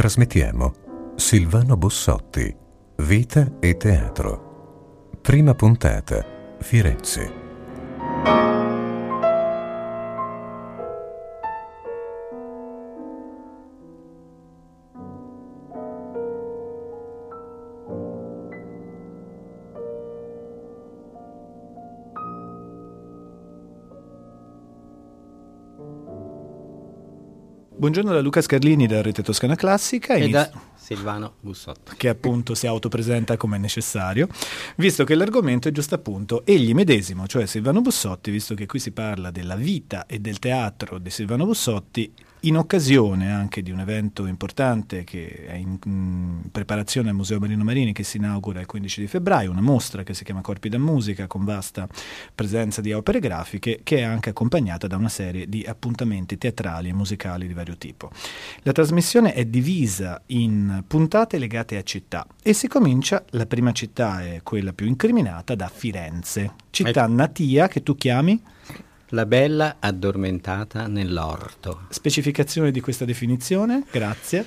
Trasmettiamo Silvano Bussotti, Vita e Teatro. Prima puntata, Firenze. Buongiorno da Luca Scarlini da Rete Toscana Classica e da Silvano Bussotti, che appunto si autopresenta come necessario, visto che l'argomento è giusto appunto egli medesimo, cioè Silvano Bussotti, visto che qui si parla della vita e del teatro di Silvano Bussotti, in occasione anche di un evento importante che è in preparazione al Museo Marino Marini, che si inaugura il 15 di febbraio, una mostra che si chiama Corpi da Musica, con vasta presenza di opere grafiche, che è anche accompagnata da una serie di appuntamenti teatrali e musicali di vario tipo. La trasmissione è divisa in puntate legate a città e si comincia, la prima città è quella più incriminata, da Firenze, città natia che tu chiami? La bella addormentata nell'orto. Specificazione di questa definizione? Grazie.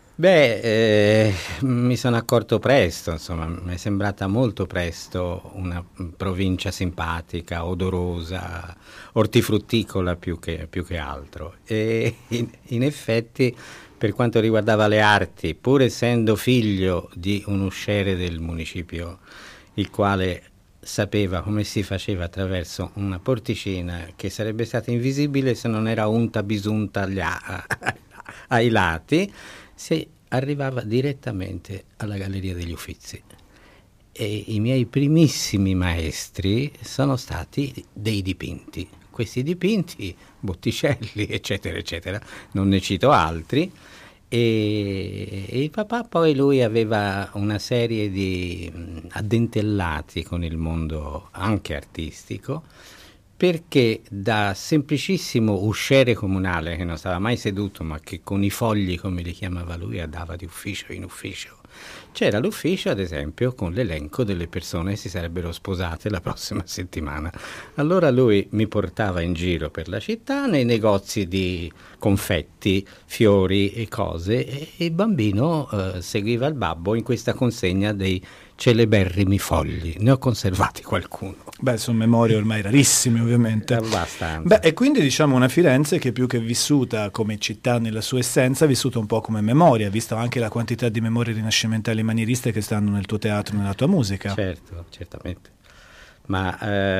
Mi sono accorto presto, insomma, mi è sembrata molto presto una provincia simpatica, odorosa, ortifrutticola più che altro. E in effetti, per quanto riguardava le arti, pur essendo figlio di un usciere del municipio, il quale sapeva come si faceva attraverso una porticina che sarebbe stata invisibile se non era unta bisunta ai lati, si arrivava direttamente alla Galleria degli Uffizi. E i miei primissimi maestri sono stati dei dipinti. Questi dipinti, Botticelli, eccetera, eccetera, non ne cito altri. E il papà poi lui aveva una serie di addentellati con il mondo anche artistico, perché da semplicissimo usciere comunale che non stava mai seduto ma che con i fogli, come li chiamava lui, andava di ufficio in ufficio, c'era l'ufficio ad esempio con l'elenco delle persone che si sarebbero sposate la prossima settimana. Allora lui mi portava in giro per la città nei negozi di confetti, fiori e cose, e il bambino seguiva il babbo in questa consegna dei celeberrimi fogli. Ne ho conservati qualcuno. Beh, sono memorie ormai rarissime, ovviamente. Abbastanza. Beh, e quindi diciamo una Firenze che più che vissuta come città nella sua essenza, è vissuta un po' come memoria, visto anche la quantità di memorie rinascimentali e manieriste che stanno nel tuo teatro, nella tua musica. Certo, certamente. Ma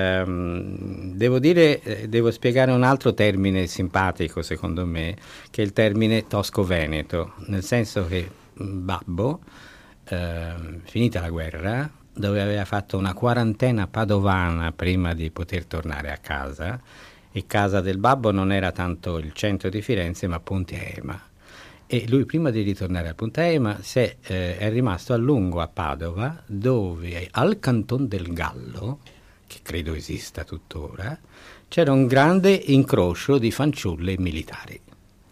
devo spiegare un altro termine simpatico, secondo me, che è il termine tosco-veneto, nel senso che babbo, finita la guerra, dove aveva fatto una quarantena padovana prima di poter tornare a casa, e casa del babbo non era tanto il centro di Firenze ma Ponte Ema, e lui prima di ritornare a Ponte Ema è rimasto a lungo a Padova, dove al Canton del Gallo, che credo esista tuttora, c'era un grande incrocio di fanciulle militari.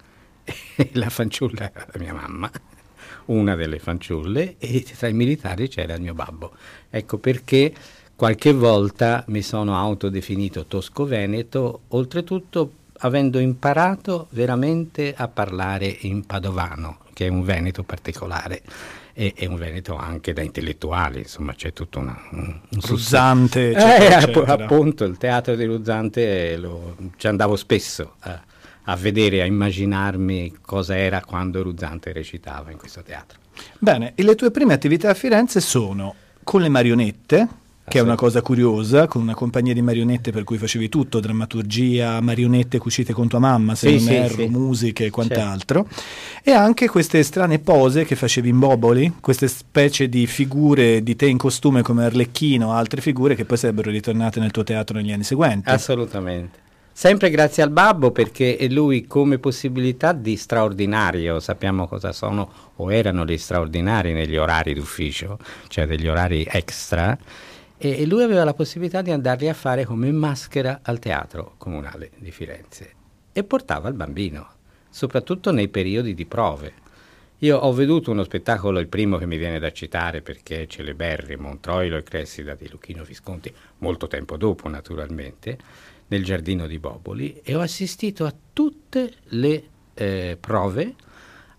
E la fanciulla era la mia mamma, una delle fanciulle, e tra i militari c'era il mio babbo. Ecco perché qualche volta mi sono autodefinito tosco-veneto, oltretutto avendo imparato veramente a parlare in padovano, che è un veneto particolare, e un veneto anche da intellettuali, insomma c'è tutto un Ruzzante, eccetera, eccetera. Appunto il teatro di Ruzzante ci andavo spesso a vedere, a immaginarmi cosa era quando Ruzzante recitava in questo teatro. Bene, e le tue prime attività a Firenze sono con le marionette, che è una cosa curiosa, con una compagnia di marionette per cui facevi tutto, drammaturgia, marionette cucite con tua mamma, se non erro, musiche e quant'altro, e anche queste strane pose che facevi in Boboli, queste specie di figure di te in costume come Arlecchino, altre figure che poi sarebbero ritornate nel tuo teatro negli anni seguenti. Assolutamente. Sempre grazie al babbo, perché è lui come possibilità di straordinario, sappiamo cosa sono o erano gli straordinari negli orari d'ufficio, cioè degli orari extra, e lui aveva la possibilità di andarli a fare come maschera al Teatro Comunale di Firenze e portava il bambino, soprattutto nei periodi di prove. Io ho veduto uno spettacolo, il primo che mi viene da citare perché è celeberrimo, Troilo e Cressida di Luchino Visconti, molto tempo dopo naturalmente, nel giardino di Boboli, e ho assistito a tutte le prove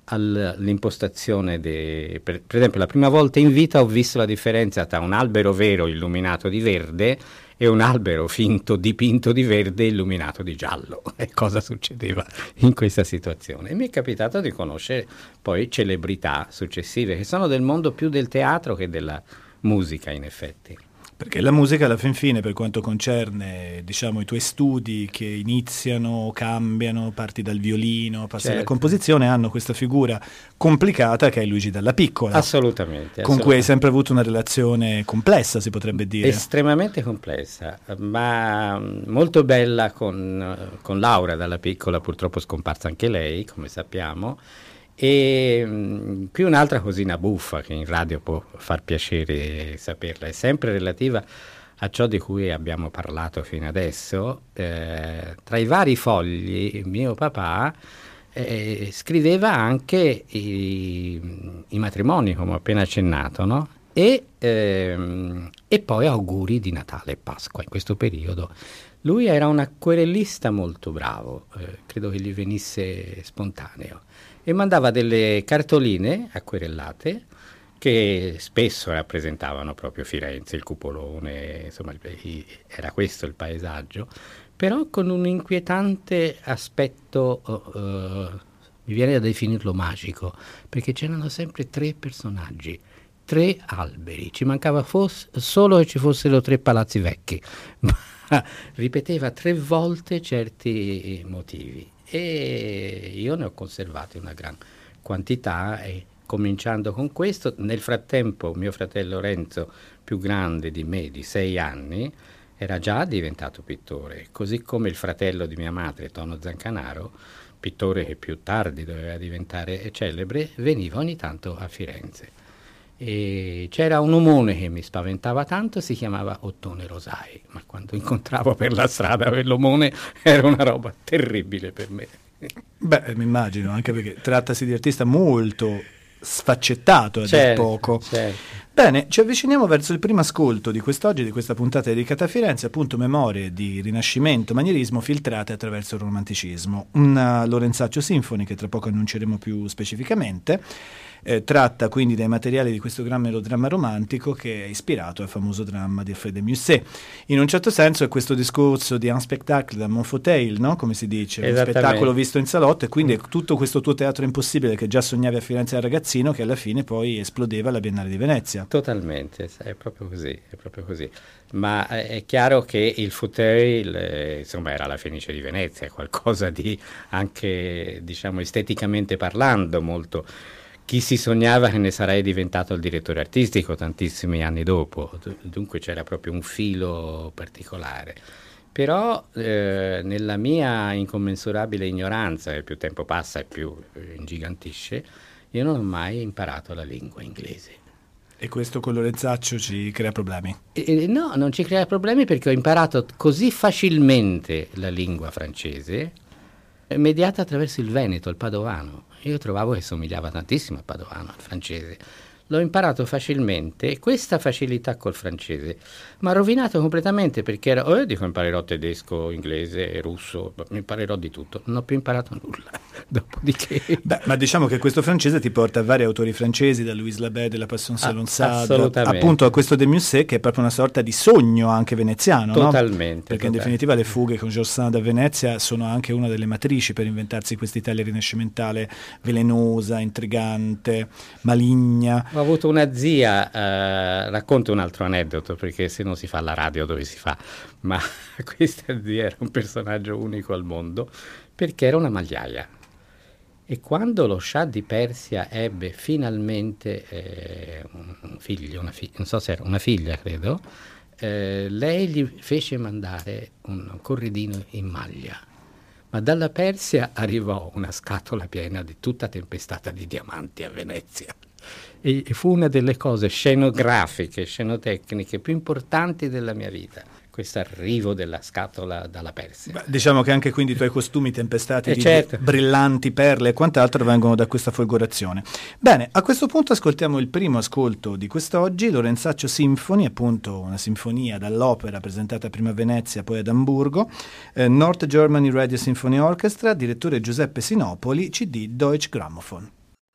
all'impostazione per esempio la prima volta in vita ho visto la differenza tra un albero vero illuminato di verde e un albero finto dipinto di verde illuminato di giallo, e cosa succedeva in questa situazione. E mi è capitato di conoscere poi celebrità successive che sono del mondo più del teatro che della musica, in effetti. Perché la musica alla fin fine, per quanto concerne, diciamo, i tuoi studi che iniziano, cambiano, parti dal violino, passi alla composizione, hanno questa figura complicata che è Luigi Dalla Piccola. Assolutamente. Con cui hai sempre avuto una relazione complessa, si potrebbe dire. Estremamente complessa, ma molto bella con Laura Dalla Piccola, purtroppo scomparsa anche lei, come sappiamo. E qui un'altra cosina buffa che in radio può far piacere saperla, è sempre relativa a ciò di cui abbiamo parlato fino adesso. Tra i vari fogli mio papà scriveva anche i matrimoni, come ho appena accennato, no? E poi auguri di Natale e Pasqua in questo periodo. Lui era un acquerellista molto bravo, credo che gli venisse spontaneo, e mandava delle cartoline acquerellate che spesso rappresentavano proprio Firenze, il cupolone, insomma era questo il paesaggio, però con un inquietante aspetto, mi viene da definirlo magico, perché c'erano sempre 3 personaggi, 3 alberi, ci mancava solo che ci fossero 3 palazzi vecchi, ma ripeteva 3 volte certi motivi. E io ne ho conservati una gran quantità, e cominciando con questo, nel frattempo mio fratello Renzo, più grande di me di 6 anni, era già diventato pittore, così come il fratello di mia madre, Tono Zancanaro, pittore che più tardi doveva diventare celebre, veniva ogni tanto a Firenze. E c'era un omone che mi spaventava tanto, si chiamava Ottone Rosai, ma quando incontravo per la strada quell'omone era una roba terribile per me. Beh, mi immagino, anche perché trattasi di artista molto sfaccettato a dir poco. Certo. Bene, ci avviciniamo verso il primo ascolto di quest'oggi, di questa puntata dedicata a Firenze, appunto memorie di Rinascimento, manierismo filtrate attraverso il romanticismo. Una Lorenzaccio Symphony che tra poco annunceremo più specificamente. Tratta quindi dai materiali di questo gran melodramma romantico che è ispirato al famoso dramma di Alfred de Musset. In un certo senso è questo discorso di un spectacle da mon fauteuil, no? Come si dice, un spettacolo visto in salotto, e quindi è tutto questo tuo teatro impossibile che già sognavi a Firenze da ragazzino, che alla fine poi esplodeva alla Biennale di Venezia. Totalmente, è proprio così. Ma è chiaro che il fauteuil, insomma, era la Fenice di Venezia, qualcosa di anche, diciamo, esteticamente parlando molto. Chi si sognava che ne sarei diventato il direttore artistico tantissimi anni dopo, dunque c'era proprio un filo particolare. Però nella mia incommensurabile ignoranza, e più tempo passa e più ingigantisce, io non ho mai imparato la lingua inglese. E questo con Lorenzaccio ci crea problemi? No, non ci crea problemi, perché ho imparato così facilmente la lingua francese, mediata attraverso il veneto, il padovano. Io trovavo che somigliava tantissimo al padovano, al francese. L'ho imparato facilmente, e questa facilità col francese mi ha rovinato completamente, perché io dico imparerò tedesco, inglese, russo, imparerò di tutto, non ho più imparato nulla. Dopodiché... Beh, ma diciamo che questo francese ti porta a vari autori francesi, da Louis Labède, della Passion Salonsade, appunto a questo de Musset, che è proprio una sorta di sogno anche veneziano, totalmente, no? Perché in definitiva le fughe con Georges Sand a Venezia sono anche una delle matrici per inventarsi quest'Italia rinascimentale velenosa, intrigante, maligna. Ho avuto una zia, racconto un altro aneddoto, perché se non si fa la radio dove si fa, ma questa zia era un personaggio unico al mondo, perché era una magliaia. E quando lo scià di Persia ebbe finalmente un figlio, non so se era una figlia, credo, lei gli fece mandare un corredino in maglia. Ma dalla Persia arrivò una scatola piena di tutta tempestata di diamanti a Venezia. E fu una delle cose scenografiche, scenotecniche più importanti della mia vita, questo arrivo della scatola dalla Persia. Beh, diciamo che anche quindi i tuoi costumi tempestati di brillanti perle e quant'altro vengono da questa folgorazione. Bene, a questo punto ascoltiamo il primo ascolto di quest'oggi, Lorenzaccio Symphony, appunto una sinfonia dall'opera presentata prima a Venezia, poi ad Amburgo, North Germany Radio Symphony Orchestra, direttore Giuseppe Sinopoli, CD Deutsche Grammophon.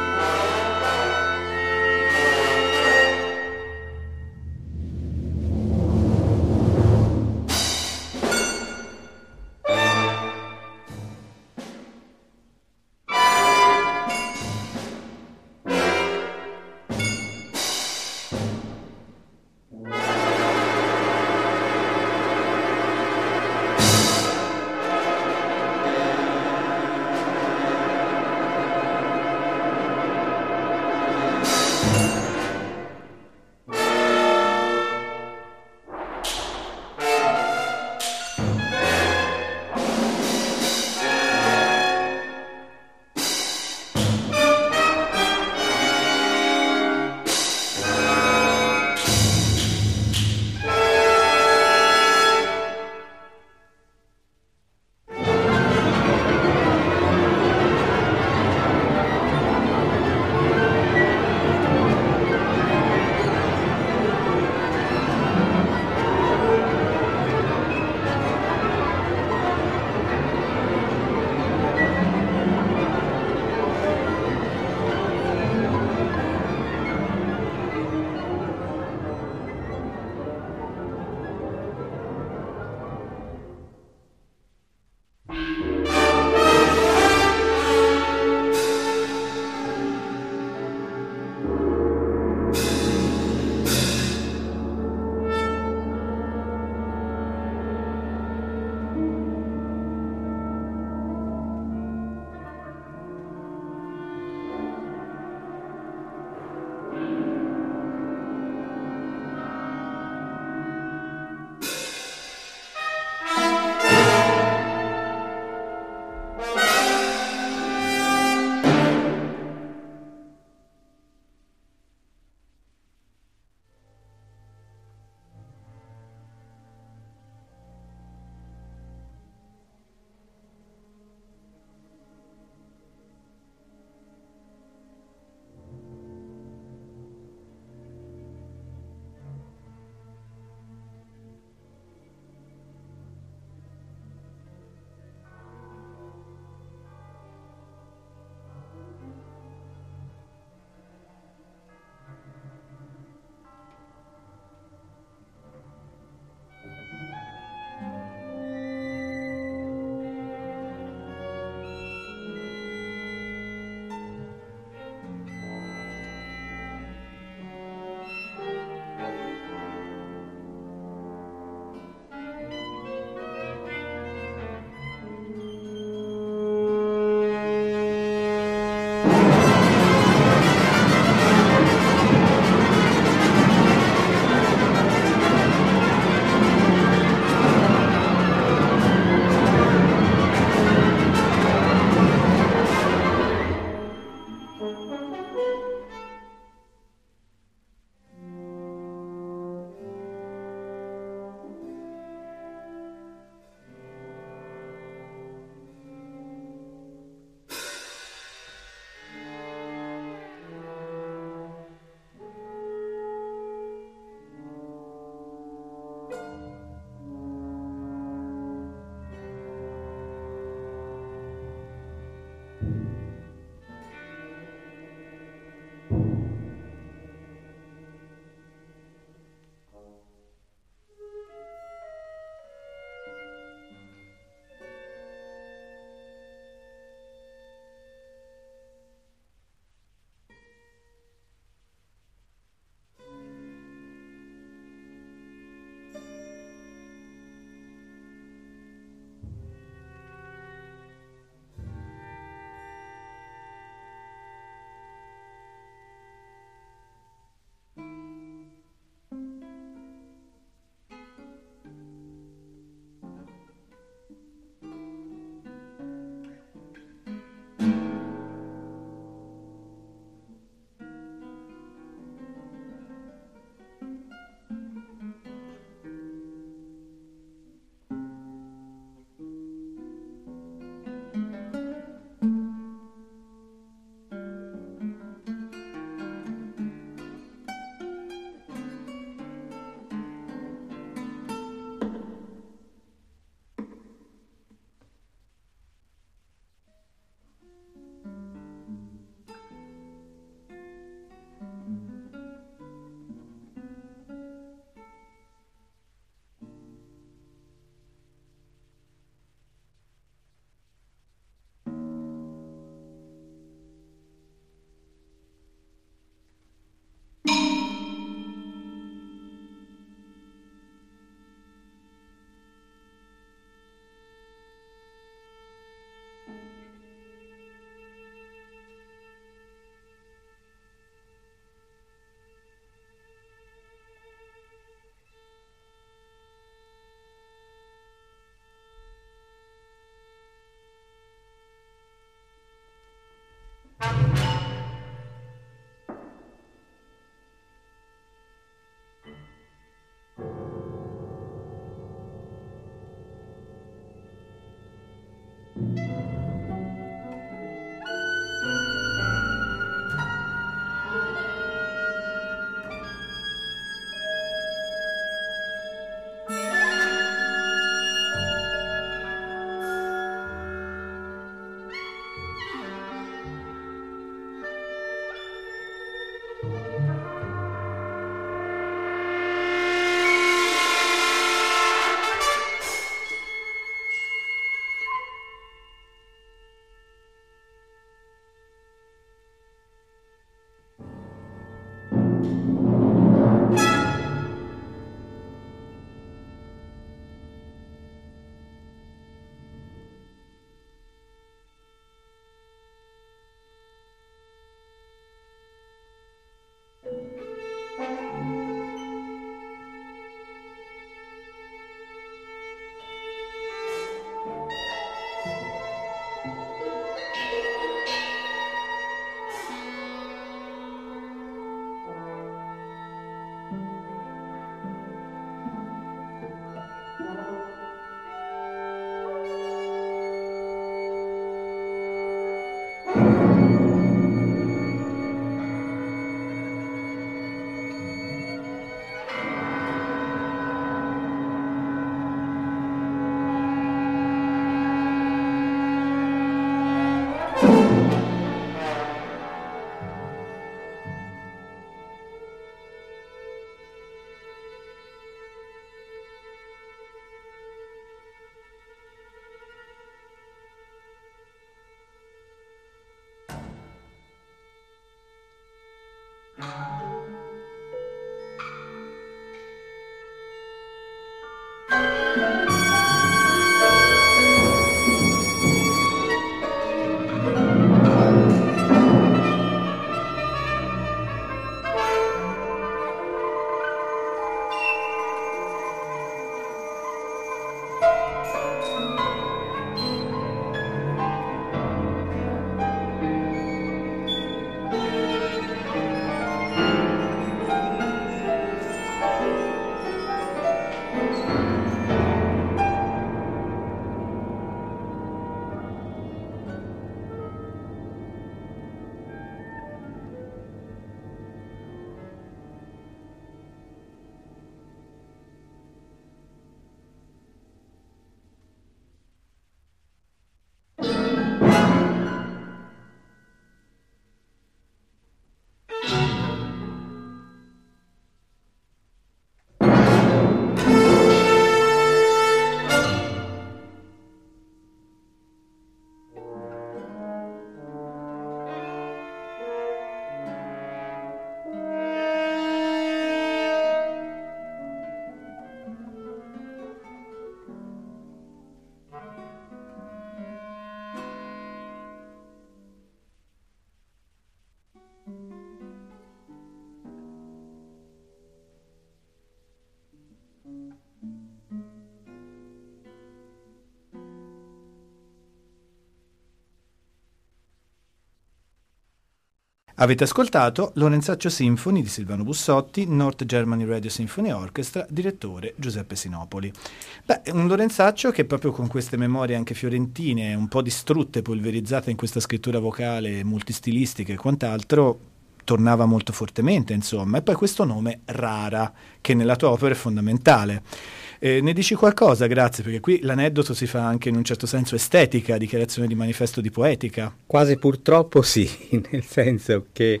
Avete ascoltato Lorenzaccio Symphony di Silvano Bussotti, North Germany Radio Symphony Orchestra, direttore Giuseppe Sinopoli. Un Lorenzaccio che proprio con queste memorie anche fiorentine, un po' distrutte, polverizzate in questa scrittura vocale multistilistica e quant'altro, tornava molto fortemente, insomma. E poi questo nome Rara, che nella tua opera è fondamentale. Ne dici qualcosa? Grazie, perché qui l'aneddoto si fa anche in un certo senso estetica, dichiarazione di manifesto di poetica. Quasi purtroppo sì, nel senso che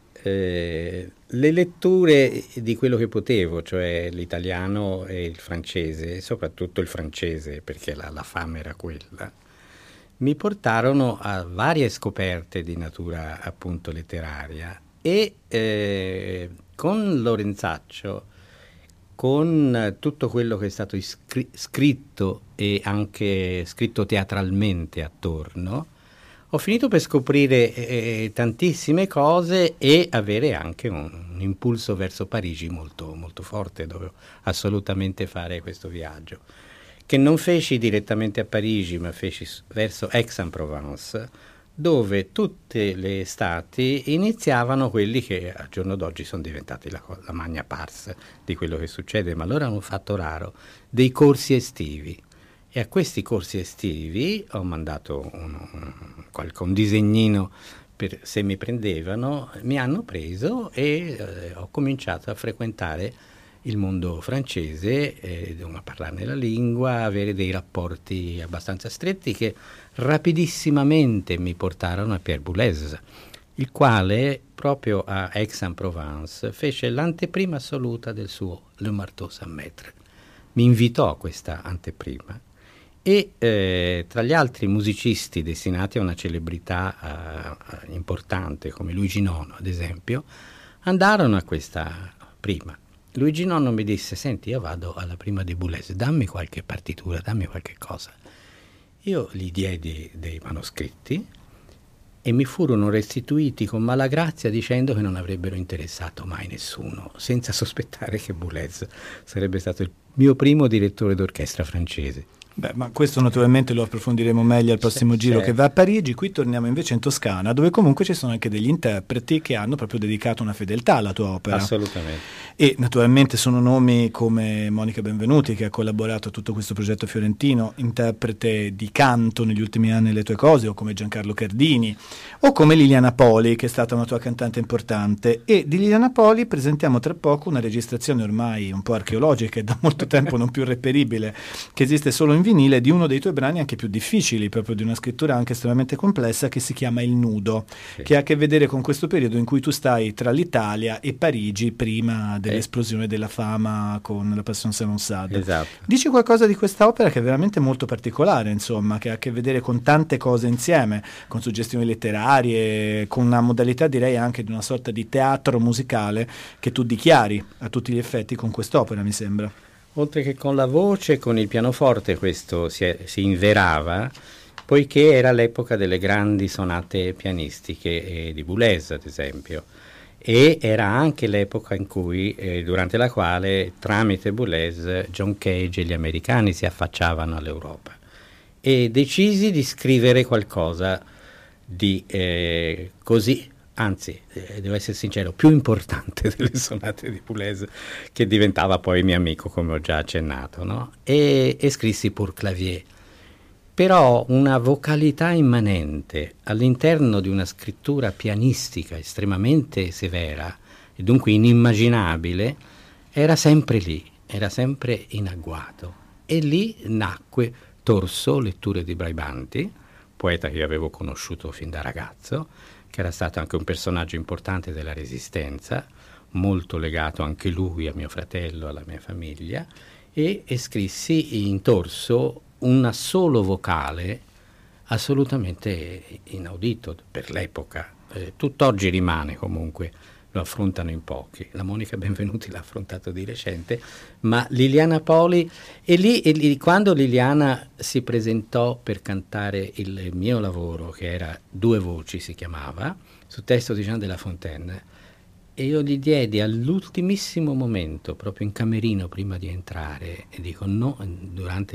le letture di quello che potevo, cioè l'italiano e il francese, soprattutto il francese, perché la fame era quella, mi portarono a varie scoperte di natura appunto letteraria e con Lorenzaccio, con tutto quello che è stato scritto e anche scritto teatralmente attorno, ho finito per scoprire tantissime cose e avere anche un impulso verso Parigi molto, molto forte. Dovevo assolutamente fare questo viaggio, che non feci direttamente a Parigi, ma feci verso Aix-en-Provence, dove tutte le estati iniziavano quelli che al giorno d'oggi sono diventati la magna pars di quello che succede, ma allora hanno un fatto raro, dei corsi estivi. E a questi corsi estivi ho mandato un disegnino per se mi prendevano, mi hanno preso e ho cominciato a frequentare il mondo francese, a parlarne la lingua, avere dei rapporti abbastanza stretti che rapidissimamente mi portarono a Pierre Boulez, il quale proprio a Aix-en-Provence fece l'anteprima assoluta del suo Le Marteau sans Maître. Mi invitò a questa anteprima e tra gli altri musicisti destinati a una celebrità importante come Luigi Nono, ad esempio, andarono a questa prima. Luigi Nono mi disse: senti, io vado alla prima di Boulez, dammi qualche partitura, dammi qualche cosa. Io gli diedi dei manoscritti e mi furono restituiti con malagrazia dicendo che non avrebbero interessato mai nessuno, senza sospettare che Boulez sarebbe stato il mio primo direttore d'orchestra francese. Ma questo naturalmente lo approfondiremo meglio al prossimo giro che va a Parigi. Qui torniamo invece in Toscana, dove comunque ci sono anche degli interpreti che hanno proprio dedicato una fedeltà alla tua opera. Assolutamente. E naturalmente sono nomi come Monica Benvenuti, che ha collaborato a tutto questo progetto fiorentino, interprete di canto negli ultimi anni Le tue cose, o come Giancarlo Cardini, o come Liliana Poli, che è stata una tua cantante importante. E di Liliana Poli presentiamo tra poco una registrazione ormai un po' archeologica e da molto tempo non più reperibile, che esiste solo in vinile, di uno dei tuoi brani anche più difficili, proprio di una scrittura anche estremamente complessa, che si chiama Il nudo, sì, che ha a che vedere con questo periodo in cui tu stai tra l'Italia e Parigi prima dell'esplosione della fama con la Passion Sade. Esatto. Dici qualcosa di questa opera che è veramente molto particolare, insomma, che ha a che vedere con tante cose insieme, con suggestioni letterarie, con una modalità direi anche di una sorta di teatro musicale che tu dichiari a tutti gli effetti con quest'opera, mi sembra. Oltre che con la voce, con il pianoforte questo si inverava, poiché era l'epoca delle grandi sonate pianistiche di Boulez, ad esempio, e era anche l'epoca in cui, durante la quale, tramite Boulez, John Cage e gli americani si affacciavano all'Europa. E decisi di scrivere qualcosa di così, anzi, devo essere sincero, più importante delle sonate di Boulez, che diventava poi mio amico, come ho già accennato, no? E scrissi Pour clavier. Però una vocalità immanente all'interno di una scrittura pianistica estremamente severa e dunque inimmaginabile era sempre lì, era sempre in agguato. E lì nacque Torso, letture di Braibanti, poeta che io avevo conosciuto fin da ragazzo, che era stato anche un personaggio importante della Resistenza, molto legato anche lui a mio fratello, alla mia famiglia, e scrissi in Torso una solo vocale assolutamente inaudito per l'epoca. Tutt'oggi rimane comunque, lo affrontano in pochi. La Monica Benvenuti l'ha affrontato di recente, ma Liliana Poli, e lì quando Liliana si presentò per cantare il mio lavoro, che era Due voci si chiamava, su testo di Jean de La Fontaine, e io gli diedi all'ultimissimo momento, proprio in camerino prima di entrare, e dico no, durante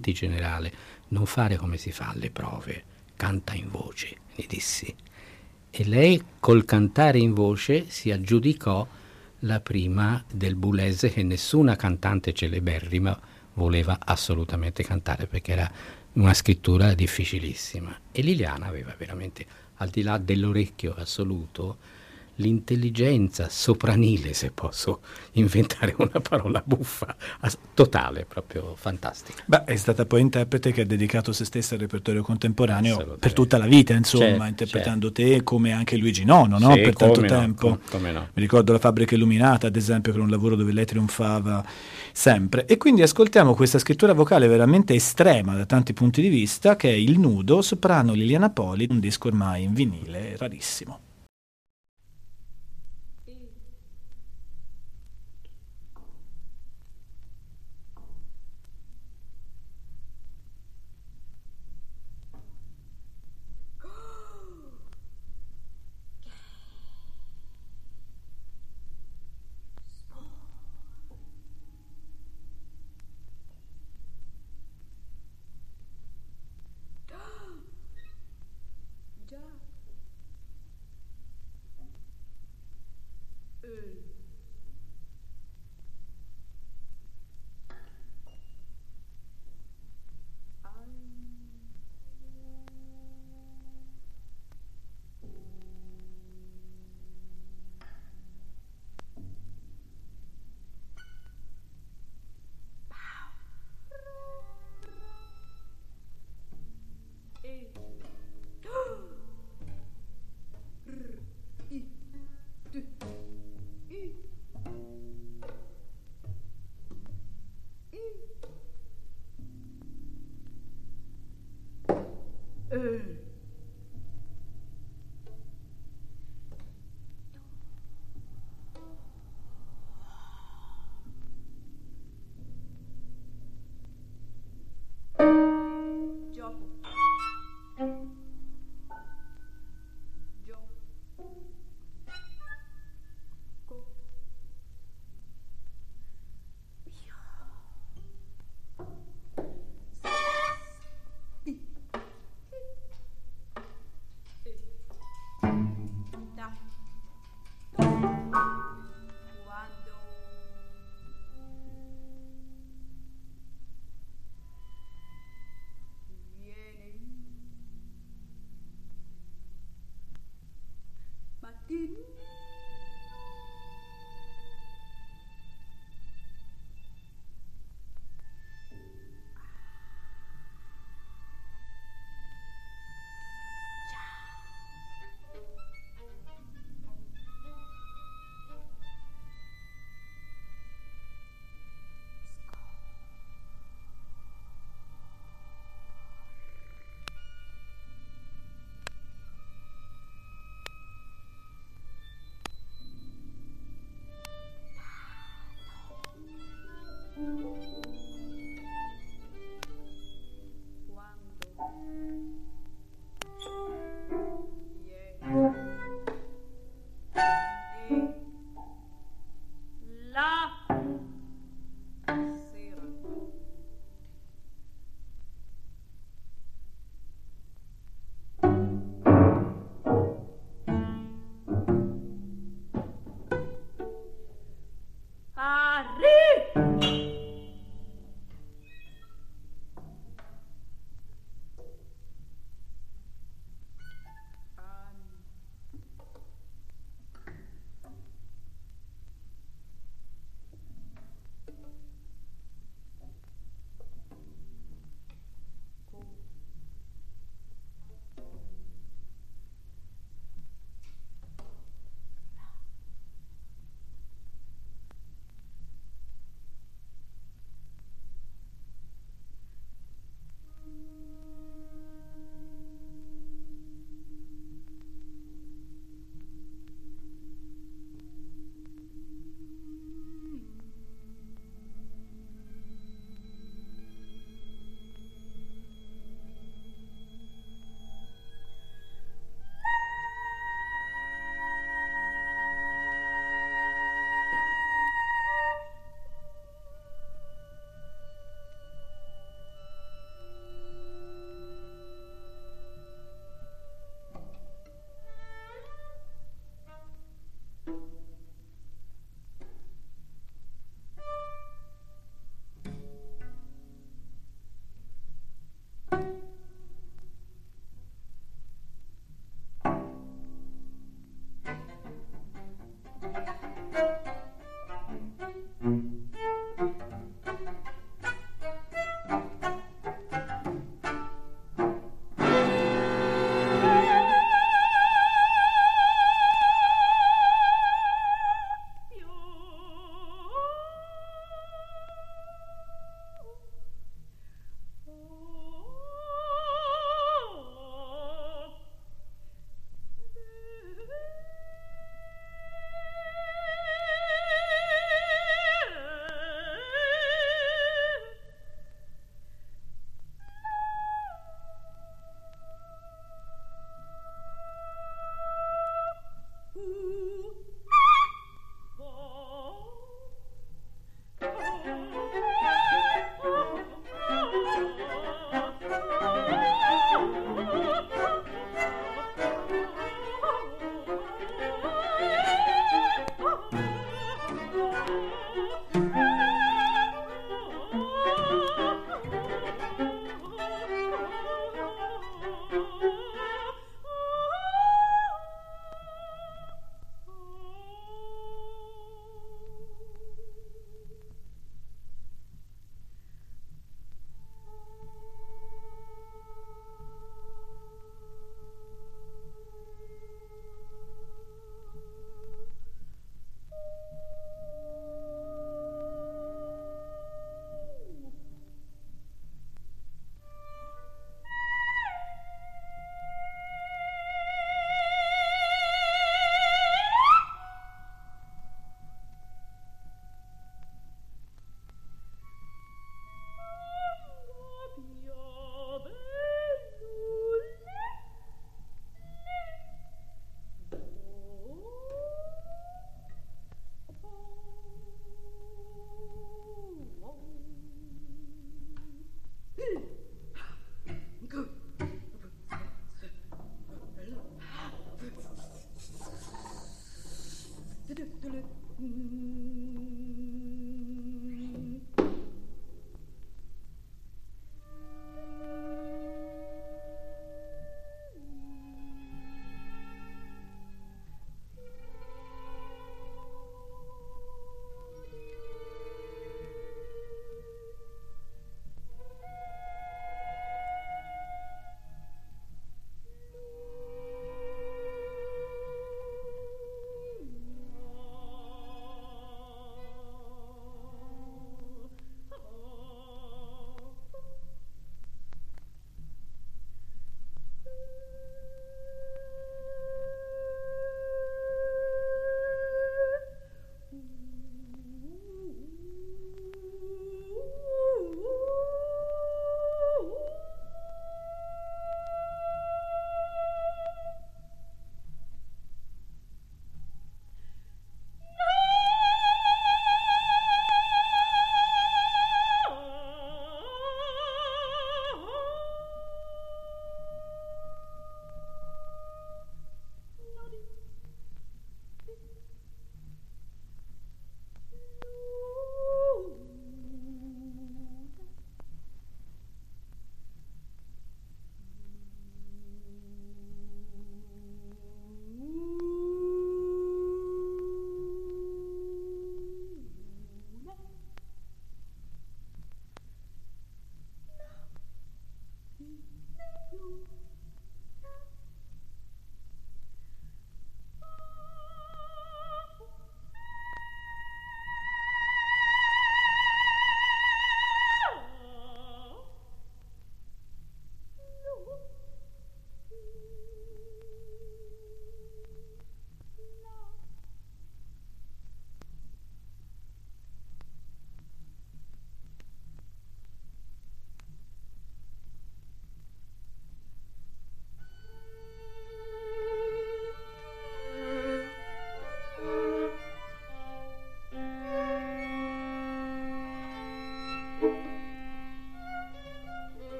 l'antigenerale, non fare come si fa alle prove, canta in voce, gli dissi. e lei col cantare in voce si aggiudicò la prima del Boulez, che nessuna cantante celeberrima voleva assolutamente cantare perché era una scrittura difficilissima, e Liliana aveva veramente, al di là dell'orecchio assoluto, l'intelligenza sopranile, se posso inventare una parola buffa, totale, proprio fantastica. Beh, è stata poi interprete che ha dedicato se stessa al repertorio contemporaneo per tutta la vita, insomma, interpretando te, come anche Luigi Nono, no? Per tanto tempo. Come no. Mi ricordo La fabbrica illuminata, ad esempio, che era un lavoro dove lei trionfava sempre. E quindi ascoltiamo questa scrittura vocale veramente estrema da tanti punti di vista, che è Il nudo, soprano Liliana Poli, un disco ormai in vinile rarissimo.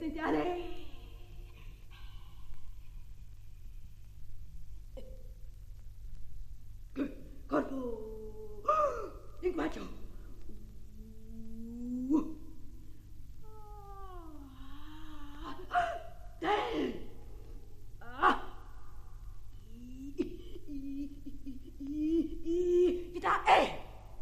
Corpo, linguaggio. Vita E.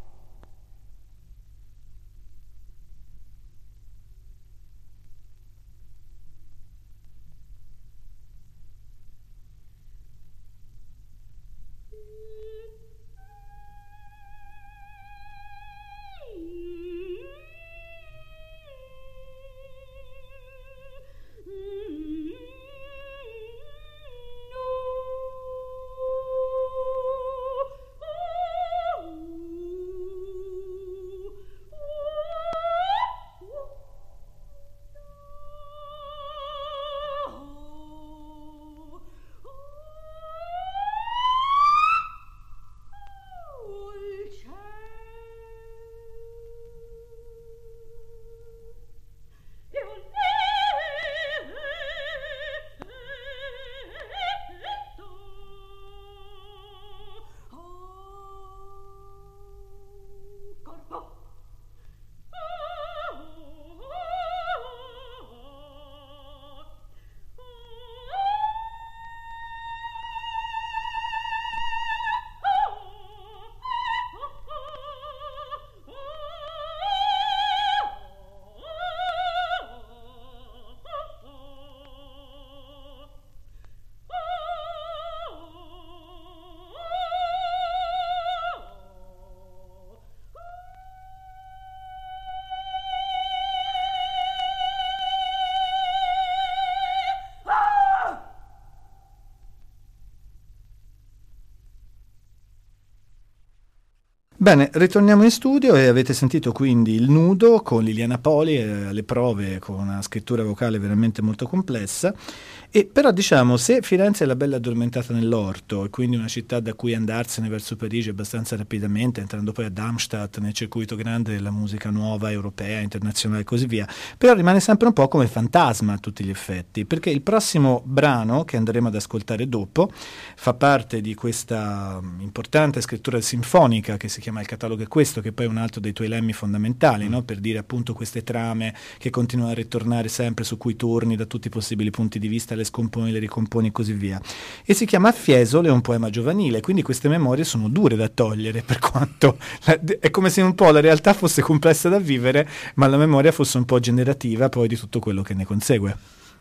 Bene, ritorniamo in studio e avete sentito quindi Il nudo con Liliana Poli alle prove con una scrittura vocale veramente molto complessa. E però diciamo, se Firenze è la bella addormentata nell'orto e quindi una città da cui andarsene verso Parigi abbastanza rapidamente, entrando poi a Darmstadt nel circuito grande della musica nuova, europea, internazionale e così via, però rimane sempre un po' come fantasma a tutti gli effetti, perché il prossimo brano che andremo ad ascoltare dopo fa parte di questa importante scrittura sinfonica che si chiama Il catalogo è questo, che poi è un altro dei tuoi lemmi fondamentali, no? Per dire appunto queste trame che continuano a ritornare sempre, su cui torni da tutti i possibili punti di vista, le scomponi, le ricomponi e così via. E si chiama Fiesole, è un poema giovanile, quindi queste memorie sono dure da togliere, per quanto è come se un po' la realtà fosse complessa da vivere, ma la memoria fosse un po' generativa poi di tutto quello che ne consegue.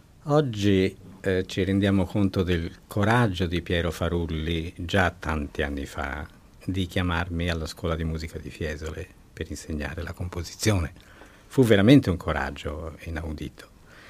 Oggi ci rendiamo conto del coraggio di Piero Farulli, già tanti anni fa, di chiamarmi alla scuola di musica di Fiesole per insegnare la composizione. Fu veramente un coraggio inaudito.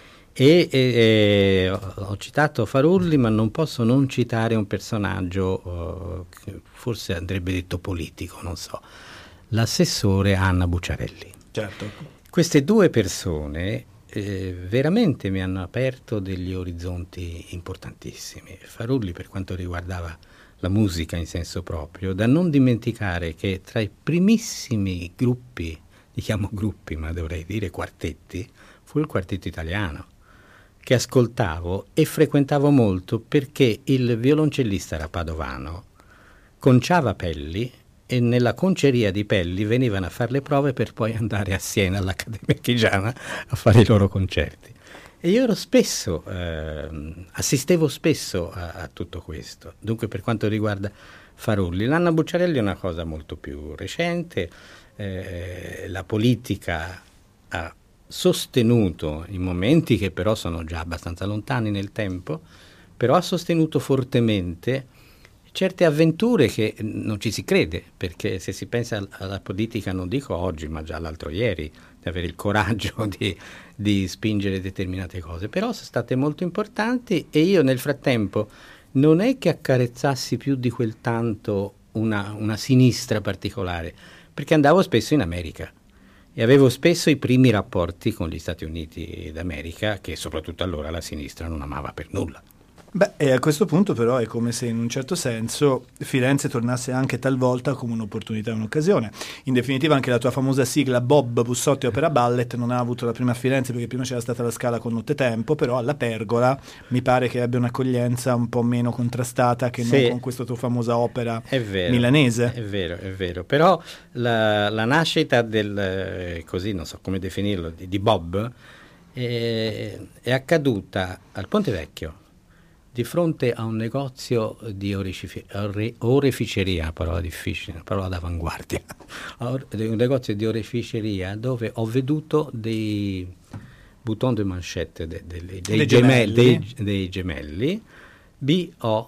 E ho citato Farulli, ma non posso non citare un personaggio che forse andrebbe detto politico, non so, l'assessore Anna Bucciarelli. Certo. Queste due persone veramente mi hanno aperto degli orizzonti importantissimi. Farulli per quanto riguardava la musica in senso proprio, da non dimenticare che tra i primissimi gruppi, li chiamo gruppi ma dovrei dire quartetti, fu il quartetto italiano, che ascoltavo e frequentavo molto perché il violoncellista era padovano, conciava Pelli e nella conceria di Pelli venivano a fare le prove per poi andare a Siena all'Accademia Chigiana a fare i loro concerti. E io ero spesso, assistevo spesso a tutto questo. Dunque per quanto riguarda Farulli, l'Anna Bucciarelli è una cosa molto più recente, la politica ha sostenuto in momenti che però sono già abbastanza lontani nel tempo, però ha sostenuto fortemente certe avventure che non ci si crede, perché se si pensa alla politica, non dico oggi, ma già l'altro ieri, di avere il coraggio di spingere determinate cose, però sono state molto importanti e io nel frattempo non è che accarezzassi più di quel tanto una sinistra particolare, perché andavo spesso in America e avevo spesso i primi rapporti con gli Stati Uniti d'America che soprattutto allora la sinistra non amava per nulla. Beh, e a questo punto però è come se in un certo senso Firenze tornasse anche talvolta come un'opportunità e un'occasione. In definitiva anche la tua famosa sigla Bob Bussotti Opera Ballet non ha avuto la prima a Firenze perché prima c'era stata la Scala con Nottetempo, però alla Pergola mi pare che abbia un'accoglienza un po' meno contrastata che non con questa tua famosa opera milanese. È vero, però la nascita del, così non so come definirlo, di Bob è accaduta al Ponte Vecchio, di fronte a un negozio di oreficeria, parola difficile, parola d'avanguardia, un negozio di oreficeria dove ho veduto dei bouton de manchette dei gemelli BO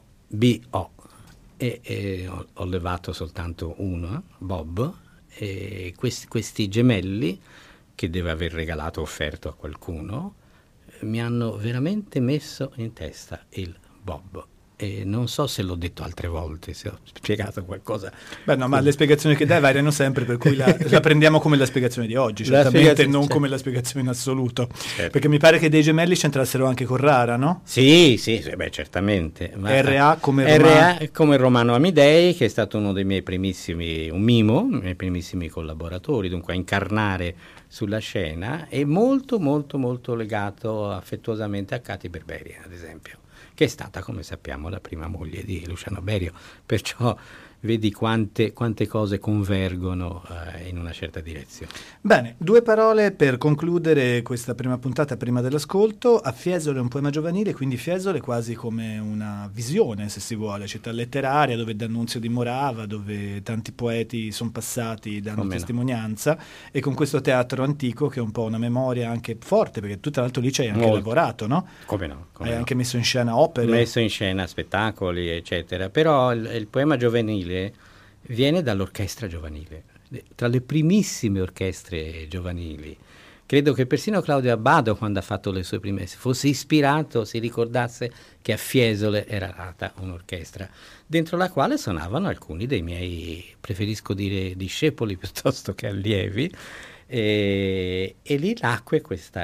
e ho levato soltanto uno, Bob, e questi gemelli che deve aver regalato o offerto a qualcuno mi hanno veramente messo in testa il Bob. E non so se l'ho detto altre volte, se ho spiegato qualcosa. Beh no, ma le spiegazioni che dai variano sempre, per cui la prendiamo come la spiegazione di oggi, certamente non come la spiegazione in assoluto. Certo. Perché mi pare che dei gemelli c'entrassero anche con Rara, no? Sì, beh, certamente. Ma RA come il Romano Amidei, che è stato uno dei miei primissimi, un miei primissimi collaboratori, dunque a incarnare sulla scena, e molto molto molto legato affettuosamente a Katy Berberi, ad esempio, che è stata, come sappiamo, la prima moglie di Luciano Berio, perciò vedi quante cose convergono in una certa direzione. Bene, 2 parole per concludere questa prima puntata prima dell'ascolto. A Fiesole è un poema giovanile, quindi Fiesole è quasi come una visione, se si vuole, città letteraria dove D'Annunzio dimorava, dove tanti poeti sono passati, danno testimonianza, e con questo teatro antico che è un po' una memoria anche forte, perché tu tra l'altro lì ci hai anche lavorato, no? Come no? Hai anche messo in scena opere. Messo in scena spettacoli, eccetera, però il poema giovanile viene dall'orchestra giovanile, tra le primissime orchestre giovanili. Credo che persino Claudio Abbado, quando ha fatto le sue prime, fosse ispirato, si ricordasse che a Fiesole era nata un'orchestra, dentro la quale suonavano alcuni dei miei, preferisco dire, discepoli piuttosto che allievi, e lì nacque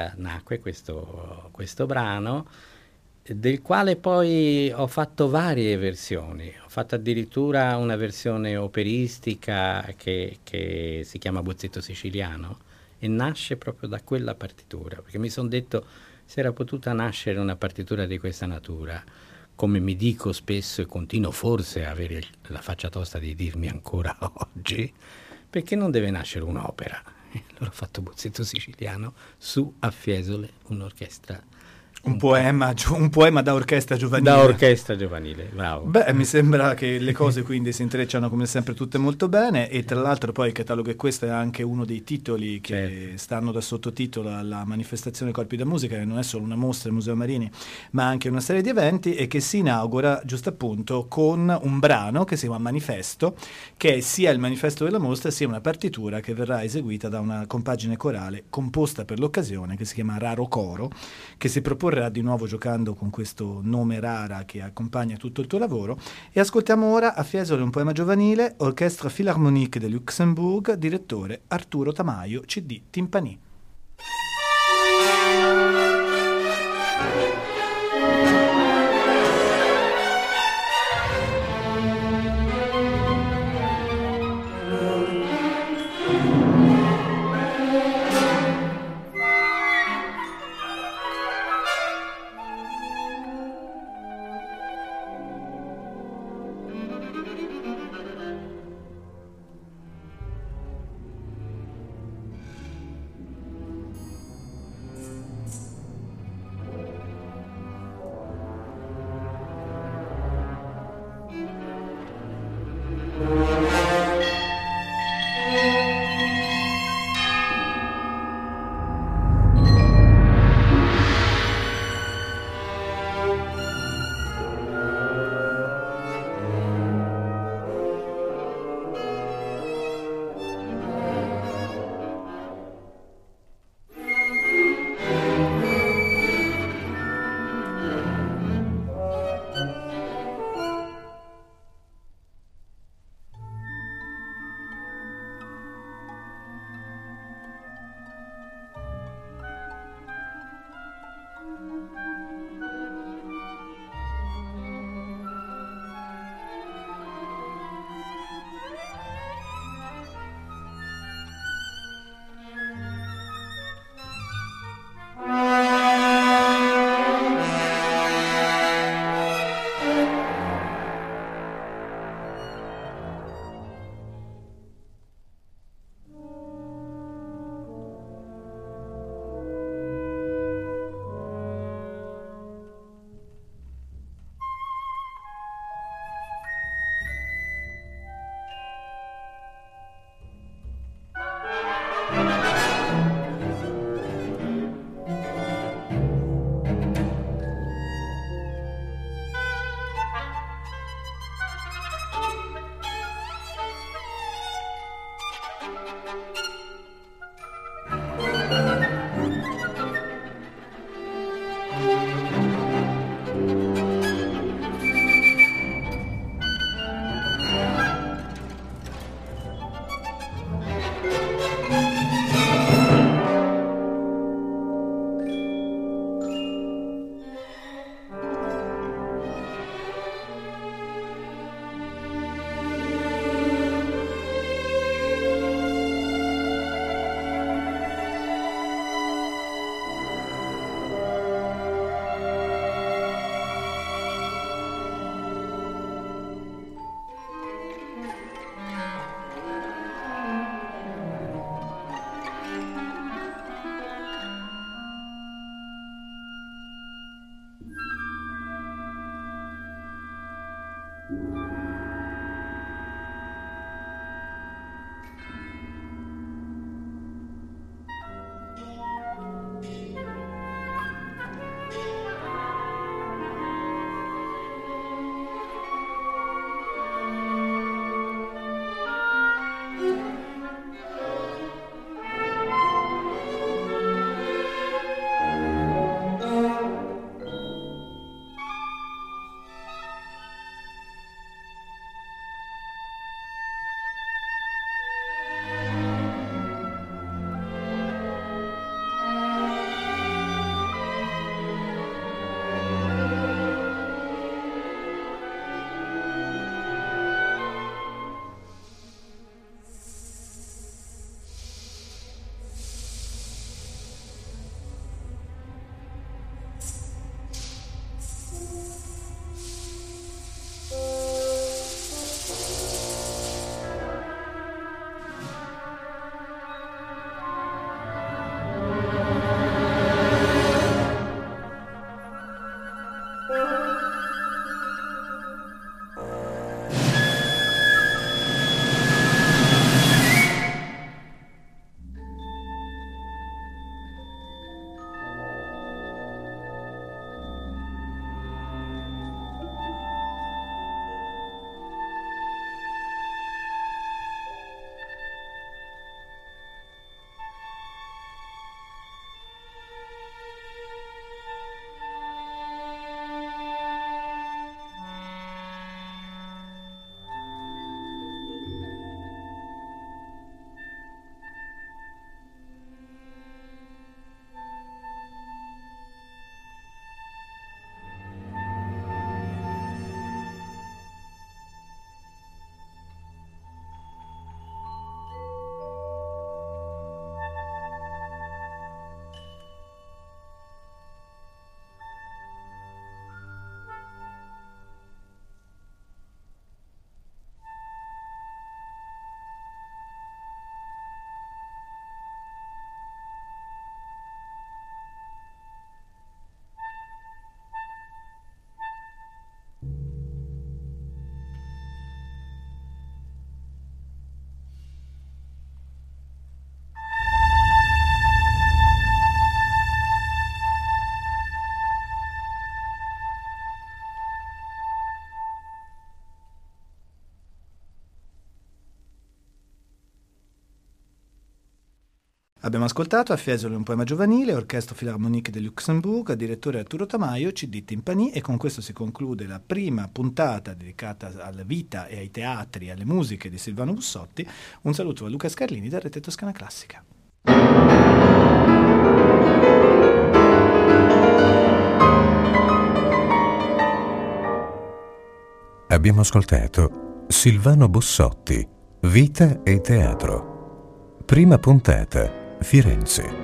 questo brano, del quale poi ho fatto varie versioni. Ho fatto addirittura una versione operistica che si chiama Bozzetto Siciliano, e nasce proprio da quella partitura, perché mi sono detto se era potuta nascere una partitura di questa natura, come mi dico spesso e continuo forse a avere la faccia tosta di dirmi ancora oggi, perché non deve nascere un'opera? Allora ho fatto Bozzetto Siciliano su a Fiesole, un'orchestra. Un poema da orchestra giovanile. Da orchestra giovanile, bravo. Beh, mi sembra che le cose quindi si intrecciano come sempre tutte molto bene, e tra l'altro poi il catalogo è questo, è anche uno dei titoli che stanno da sottotitolo alla manifestazione Corpi da Musica, che non è solo una mostra al Museo Marini, ma anche una serie di eventi, e che si inaugura giusto appunto con un brano che si chiama Manifesto, che è sia il manifesto della mostra sia una partitura che verrà eseguita da una compagine corale composta per l'occasione, che si chiama Raro Coro, che si proporrà di nuovo giocando con questo nome Rara che accompagna tutto il tuo lavoro. E ascoltiamo ora a Fiesole un poema giovanile, Orchestra Philharmonique de Luxembourg, direttore Arturo Tamaio, CD Timpani. Abbiamo ascoltato a Fiesole un poema giovanile, Orchestre Philharmonique de Luxembourg, direttore Arturo Tamaio, CD Timpani, e con questo si conclude la prima puntata dedicata alla vita e ai teatri, alle musiche di Silvano Bussotti. Un saluto a Luca Scarlini da Rete Toscana Classica. Abbiamo ascoltato Silvano Bussotti, Vita e teatro. Prima puntata, Firenze.